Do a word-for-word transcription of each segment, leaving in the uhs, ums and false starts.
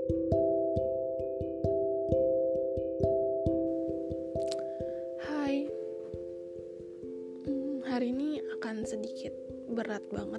Hai, hmm, hari ini akan sedikit berat banget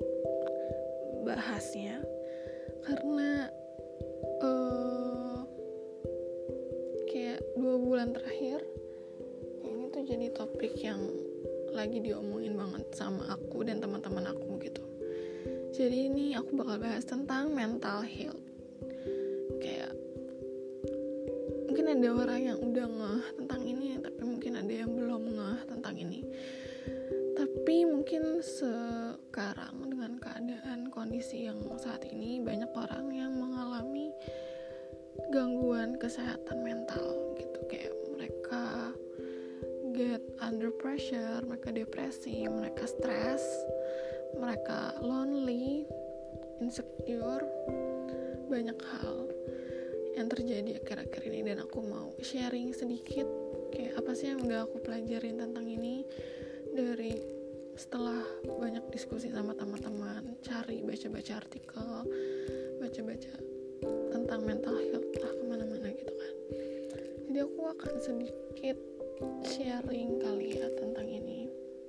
bahasnya karena uh, kayak dua bulan terakhir ini tuh jadi topik yang lagi diomongin banget sama aku dan teman-teman aku gitu. Jadi ini aku bakal bahas tentang mental health. Kayak mungkin ada orang yang udah ngeh tentang ini, tapi mungkin ada yang belum ngeh tentang ini. Tapi mungkin sekarang dengan keadaan kondisi yang saat ini, banyak orang yang mengalami gangguan kesehatan mental gitu. Kayak mereka get under pressure, mereka depresi, mereka stres, mereka lonely, insecure, banyak hal yang terjadi akhir-akhir ini. Dan aku mau sharing sedikit kayak apa sih yang udah aku pelajarin tentang ini dari setelah banyak diskusi sama teman-teman, cari baca-baca artikel, baca-baca tentang mental health lah kemana-mana gitu kan. Jadi aku akan sedikit sharing kali ya tentang ini.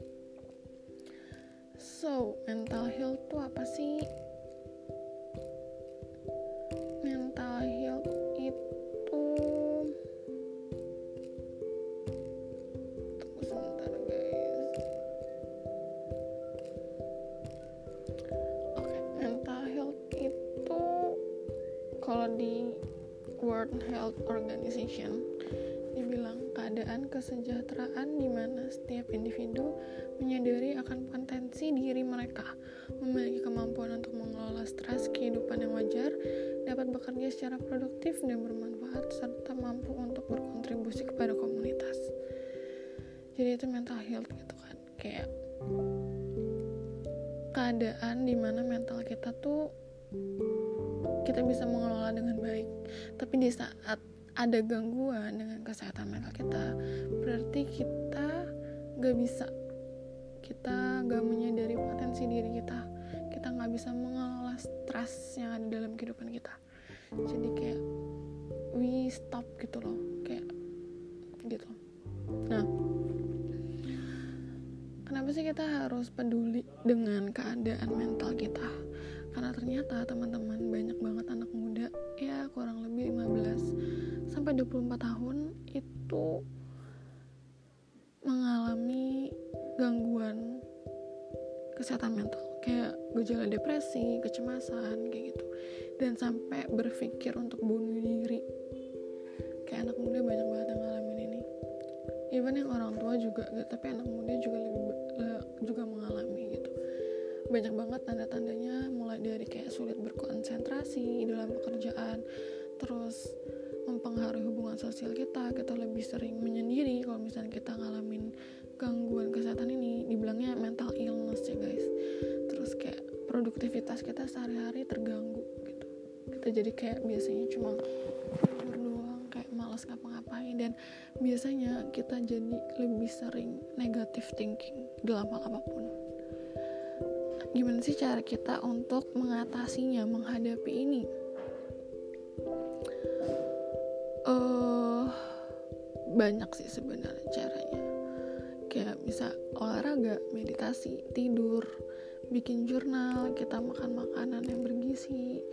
So, mental health tuh apa sih? Mental health itu, tunggu sebentar guys. Oke, okay, mental health itu kalau di World Health Organization dibilang keadaan kesejahteraan di mana setiap individu menyadari akan potensi diri mereka, memiliki kemampuan untuk mengelola stres kehidupan yang wajar, dapat bekerja secara produktif dan bermanfaat, serta mampu untuk berkontribusi kepada komunitas. Jadi itu mental health gitu kan, kayak keadaan dimana mental kita tuh kita bisa mengelola dengan baik. Tapi di saat ada gangguan dengan kesehatan mental kita, berarti kita gak bisa, kita gak menyadari potensi diri kita, kita gak bisa mengelola stres yang ada dalam kehidupan kita. Jadi kayak we stop gitu loh, kayak gitu. Nah, kenapa sih kita harus peduli dengan keadaan mental kita? Karena ternyata teman-teman, banyak banget anak muda, ya kurang lebih lima belas sampai dua puluh empat tahun itu mengalami gangguan kesehatan mental, kayak gejala depresi, kecemasan, kayak gitu, dan sampai berpikir untuk bunuh diri. Kayak anak muda banyak banget yang ngalamin ini. Even yang orang tua juga, tapi anak muda juga lebih juga mengalami gitu. Banyak banget tanda-tandanya, mulai dari kayak sulit berkonsentrasi dalam pekerjaan, terus mempengaruhi hubungan sosial kita, kita lebih sering menyendiri. Kalau misalnya kita ngalamin gangguan kesehatan ini, dibilangnya mental illness ya guys. Terus kayak produktivitas kita sehari-hari terganggu gitu. Kita jadi kayak biasanya cuma tidur doang, kayak malas ngapa-ngapain, dan biasanya kita jadi lebih sering negative thinking dalam hal apapun. Gimana sih cara kita untuk mengatasinya, menghadapi ini? Uh, banyak sih sebenarnya caranya. Kayak bisa olahraga, meditasi, tidur, bikin jurnal, kita makan makanan yang bergizi,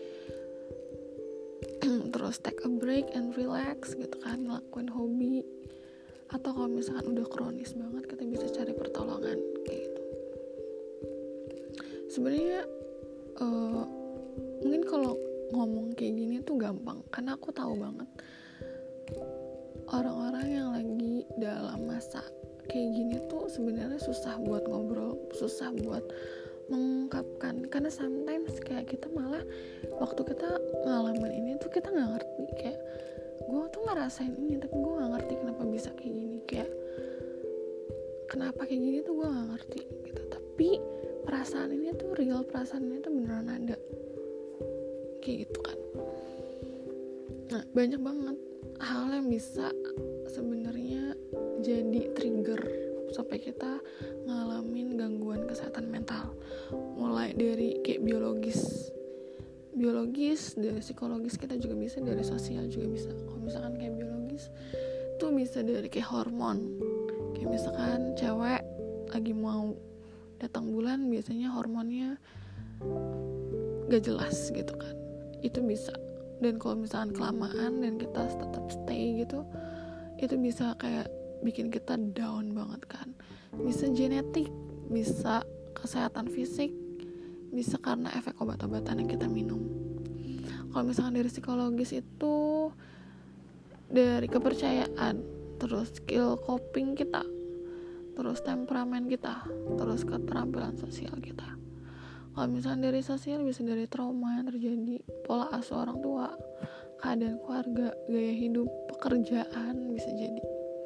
terus take a break and relax gitu kan, ngelakuin hobi. Atau kalau misalkan udah kronis banget, kita bisa cari pertolongan kayak gitu. Sebenarnya uh, mungkin kalau ngomong kayak gini tuh gampang, karena aku tahu banget orang-orang yang lagi dalam masa kayak gini tuh sebenarnya susah buat ngobrol, susah buat mengungkapkan, karena sometimes kayak kita malah waktu kita ngalamin ini tuh kita nggak ngerti, kayak gue tuh ngerasain ini tapi gue nggak ngerti kenapa bisa kayak gini, kayak kenapa kayak gini tuh gue nggak ngerti gitu. Tapi perasaan ini tuh real, perasaan ini tuh beneran ada kayak gitu kan. Nah, banyak banget hal yang bisa sebenarnya jadi trigger sampai kita ngalamin gangguan kesehatan mental. Mulai dari kayak biologis biologis, dari psikologis kita juga bisa, dari sosial juga bisa. Kalau misalkan kayak biologis tuh bisa dari kayak hormon, kayak misalkan cewek lagi mau datang bulan biasanya hormonnya gak jelas gitu kan, itu bisa. Dan kalau misalkan kelamaan dan kita tetap stay gitu, itu bisa kayak bikin kita down banget kan. Bisa genetik, bisa kesehatan fisik, bisa karena efek obat-obatan yang kita minum. Kalau misalkan dari psikologis itu dari kepercayaan, terus skill coping kita, terus temperamen kita, terus keterampilan sosial kita. Kalau misalnya dari sosial bisa dari trauma yang terjadi, pola asuh orang tua, keadaan keluarga, gaya hidup, pekerjaan bisa jadi.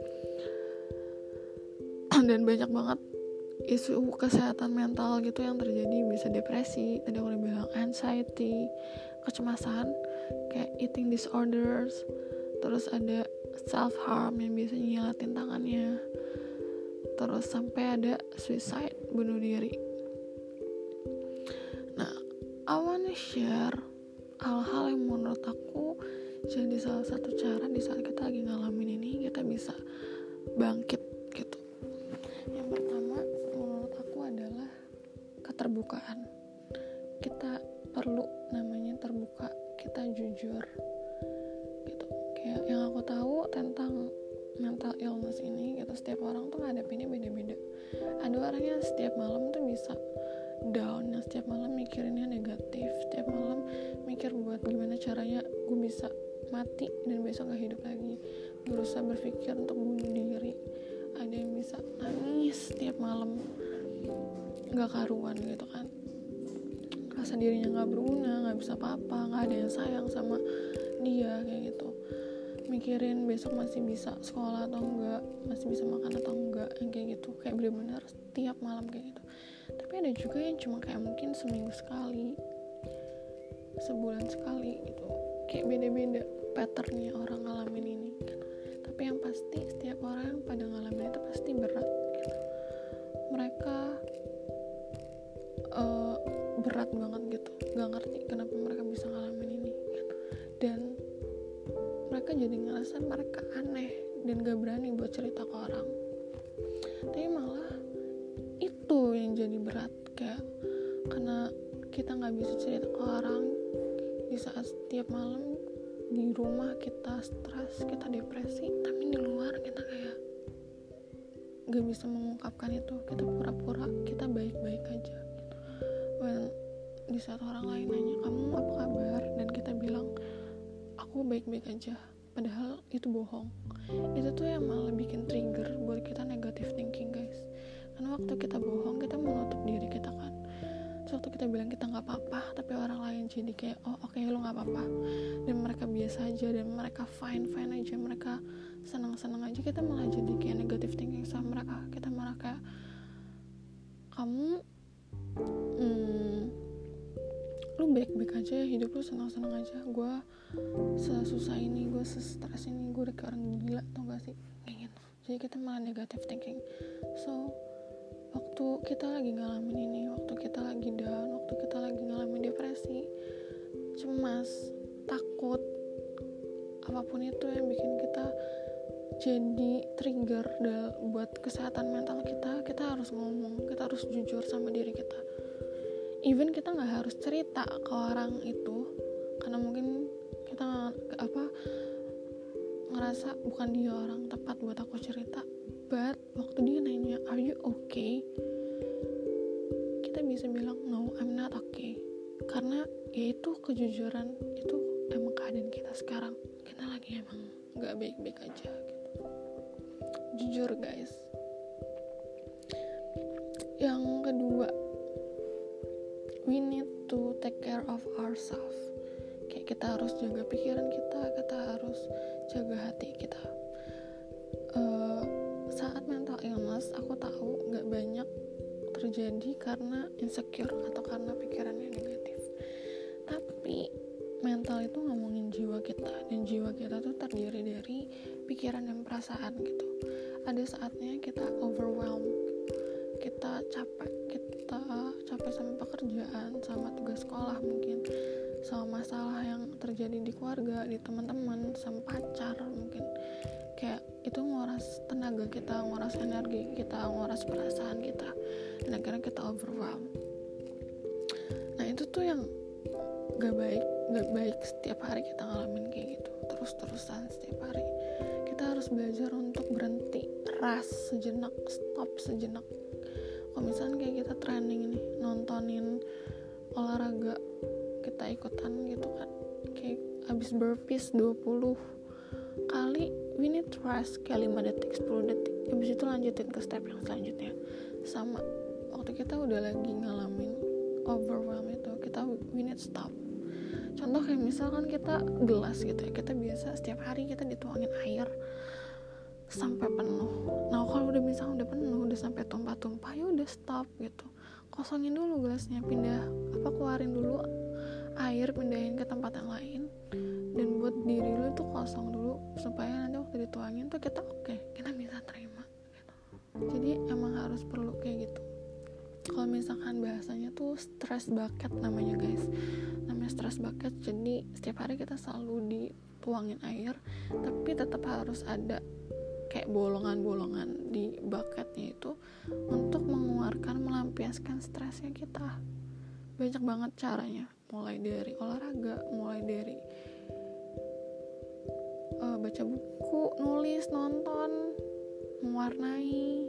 Dan banyak banget isu kesehatan mental gitu yang terjadi, bisa depresi, tadi aku udah bilang, anxiety, kecemasan, kayak eating disorders, terus ada self harm yang biasanya nyilatin tangannya, terus sampai ada suicide, bunuh diri. Nah, I wanna share hal-hal yang menurut aku jadi salah satu cara di saat kita lagi ngalamin ini kita bisa bangkit gitu. Yang pertama menurut aku adalah keterbukaan. Kita perlu namanya terbuka, kita jujur gitu. Kayak yang aku tahu tentang mental illness ini gitu, setiap orang tuh ngadepinnya beda-beda. Ada orang yang setiap malam tuh bisa down, yang setiap malam mikirinnya negatif, setiap malam mikir buat gimana caranya gue bisa mati dan besok gak hidup lagi, berusaha berpikir untuk bunuh diri. Ada yang bisa nangis setiap malam gak karuan gitu kan, rasa dirinya gak berguna, gak bisa apa-apa, gak ada yang sayang sama dia kayak gitu, mikirin besok masih bisa sekolah atau enggak, masih bisa makan atau enggak, yang kayak gitu, kayak bener-bener setiap malam kayak gitu. Tapi ada juga yang cuma kayak mungkin seminggu sekali, sebulan sekali gitu, kayak beda-beda patternnya orang ngalamin ini kan. Tapi yang pasti setiap orang pada ngalamin itu pasti berat gitu. Mereka uh, berat banget gitu, gak ngerti kenapa mereka bisa ngalamin ini gitu. Dan mereka jadi ngerasa mereka aneh dan gak berani buat cerita ke orang. Tapi malah itu yang jadi berat, kayak karena kita gak bisa cerita ke orang di saat setiap malam di rumah kita stres, kita depresi, tapi di luar kita kayak gak bisa mengungkapkan itu, kita pura-pura kita baik-baik aja gitu. Well, di saat orang lain nanya kamu apa kabar dan kita bilang aku baik-baik aja, padahal itu bohong. Itu tuh yang malah bikin trigger buat kita negative thinking guys. Karena waktu kita bohong kita menutup diri kita kan. Terus waktu kita bilang kita gak apa-apa, tapi orang lain jadi kayak oh oke okay, lo gak apa-apa, dan mereka biasa aja dan mereka fine-fine aja, mereka senang-senang aja, kita malah jadi kayak negative thinking sama mereka. Kita malah kayak kamu hmm, lu baik-baik aja ya, hidup lu senang-senang aja, gue sesusah ini, gue sestres ini, gue udah kayak orang gila tau gak sih, kayak gitu. Jadi kita malah negative thinking. So waktu kita lagi ngalamin ini, waktu kita lagi down, waktu kita lagi ngalamin depresi, cemas, takut, apapun itu yang bikin kita jadi trigger dal- buat kesehatan mental kita, kita harus ngomong, kita harus jujur sama diri kita. Even kita nggak harus cerita ke orang itu, karena mungkin kita apa ngerasa bukan dia orang tepat buat aku cerita. But waktu dia nanya are you okay, kita bisa bilang no I'm not okay, karena ya itu kejujuran, itu emang keadaan kita sekarang, kita lagi emang nggak baik-baik aja gitu. Jujur guys. Yang kedua, we need to take care of ourselves. Kayak kita harus jaga pikiran kita, kita harus jaga hati kita. Uh, saat mental illness, aku tahu gak banyak terjadi karena insecure atau karena pikirannya negatif. Tapi mental itu ngomongin jiwa kita, dan jiwa kita tuh terdiri dari pikiran dan perasaan gitu. Ada saatnya kita overwhelmed, kita capek, kita capek sama pekerjaan, sama tugas sekolah mungkin, sama masalah yang terjadi di keluarga, di teman-teman, sama pacar mungkin. Kayak itu nguras tenaga kita, nguras energi kita, nguras perasaan kita, dan akhirnya kita overwhelm. Nah itu tuh yang gak baik, gak baik setiap hari kita ngalamin kayak gitu terus-terusan setiap hari. Kita harus belajar untuk berhenti, ras sejenak, stop sejenak. Kalau misalnya kayak kita training nih, nontonin olahraga, kita ikutan gitu kan, kayak abis burpees dua puluh kali, we need to rest kayak lima detik, sepuluh detik, abis itu lanjutin ke step yang selanjutnya. Sama waktu kita udah lagi ngalamin overwhelm itu, kita we need stop. Contoh kayak misalkan kita gelas gitu ya, kita biasa setiap hari kita dituangin air sampai penuh. Nah kalau udah misalkan udah penuh, udah sampai tumpah-tumpah, ya udah stop gitu, kosongin dulu gelasnya, pindah apa keluarin dulu air, pindahin ke tempat yang lain, dan buat diri lu tuh kosong dulu supaya nanti waktu dituangin tuh kita oke, okay, kita bisa terima gitu. Jadi emang harus perlu kayak gitu. Kalau misalkan bahasanya tuh stress bucket namanya guys, namanya stress bucket. Jadi setiap hari kita selalu dituangin air, tapi tetap harus ada kayak bolongan-bolongan di bucketnya itu untuk mengeluarkan, melampiaskan stresnya kita. Banyak banget caranya, mulai dari olahraga, mulai dari uh, baca buku, nulis, nonton, mewarnai.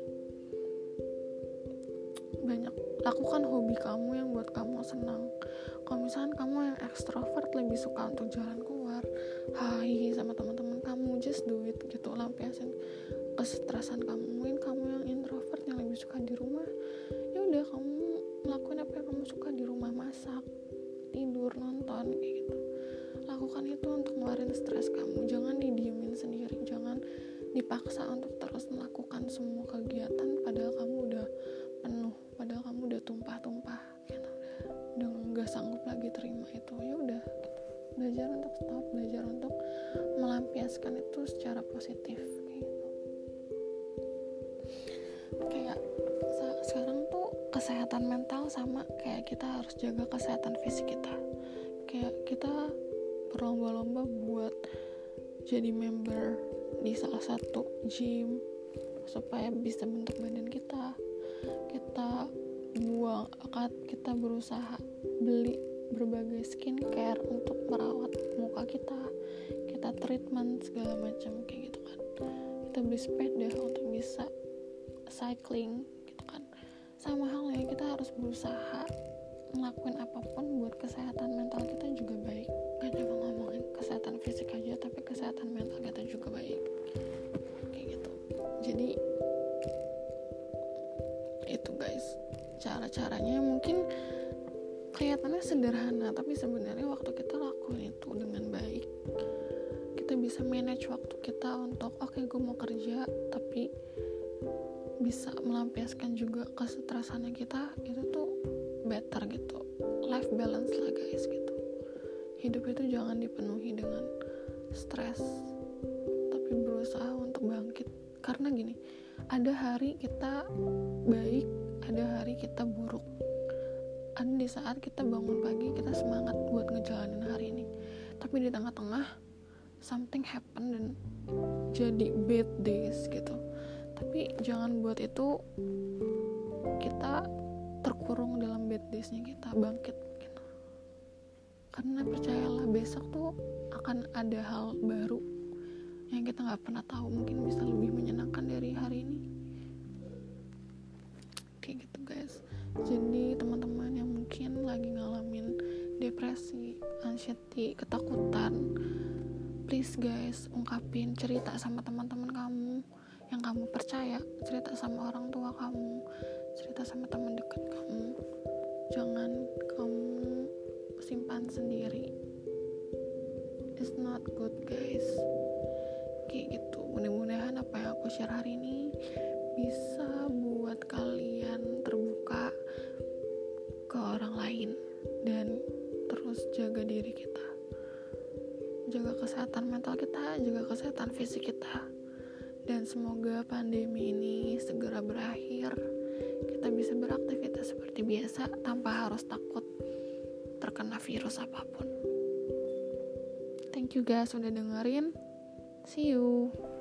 Banyak, lakukan hobi kamu yang buat kamu senang. Kalau misalkan kamu yang ekstrovert, lebih suka untuk jalan keluar, hai sama teman-teman kamu, just do it gitu, lampiasin kesetresan kamu. Mungkin kamu yang introvert yang lebih suka di rumah, ya udah kamu lakuin apa yang kamu suka di rumah, masak, tidur, nonton kayak gitu. Lakukan itu untuk ngeluarin stres kamu. Jangan didiemin sendiri, jangan dipaksa untuk terus melakukan semua kegiatan padahal kamu udah penuh, padahal kamu udah tumpah-tumpah gitu, udah nggak sanggup lagi terima itu. Ya udah gitu. Belajar untuk stop, belajar untuk melampiaskan itu secara positif kayak gitu. Kayak sa- sekarang tuh kesehatan mental sama kayak kita harus jaga kesehatan fisik kita. Kayak kita berlomba-lomba buat jadi member di salah satu gym supaya bisa bentuk badan kita. Kita buang, kita berusaha beli berbagai skincare untuk merawat muka kita, kita treatment segala macam kayak gitu kan. Kita beli sepeda untuk bisa cycling gitu kan. Sama halnya kita harus berusaha ngelakuin apapun buat kesehatan mental kita juga baik. Gak cuma ngomongin kesehatan fisik aja, tapi kesehatan mental kita juga baik kayak gitu. Jadi itu guys, cara-caranya mungkin kelihatannya sederhana, tapi sebenarnya waktu kita lakuin itu dengan baik, kita bisa manage waktu kita untuk oke okay, gue mau kerja tapi bisa melampiaskan juga kesetresannya kita, itu tuh better gitu. Life balance lah guys gitu. Hidup itu jangan dipenuhi dengan stres, tapi berusaha untuk bangkit. Karena gini, ada hari kita baik, ada hari kita buruk. Ada di saat kita bangun pagi, kita semangat buat ngejalanin hari ini, tapi di tengah-tengah something happen dan jadi bad days gitu. Tapi jangan buat itu kita terkurung dalam bad days-nya kita, bangkit gitu. Karena percayalah, besok tuh akan ada hal baru yang kita gak pernah tahu, mungkin bisa lebih menyenangkan dari hari ini kayak gitu guys. Jadi teman-teman yang mungkin lagi ngalamin depresi, anxiety, ketakutan, please guys, ungkapin, cerita sama teman-teman kamu yang kamu percaya, cerita sama orang tua kamu, cerita sama teman dekat kamu. Jangan kamu simpan sendiri, it's not good guys kayak gitu. Mudah-mudahan apa yang aku share hari ini bisa buat kalian terbuka ke orang lain, dan terus jaga diri kita, jaga kesehatan mental kita, jaga kesehatan fisik kita, dan semoga pandemi ini segera berakhir, kita bisa beraktivitas seperti biasa tanpa harus takut terkena virus apapun. Thank you guys udah dengerin. See you.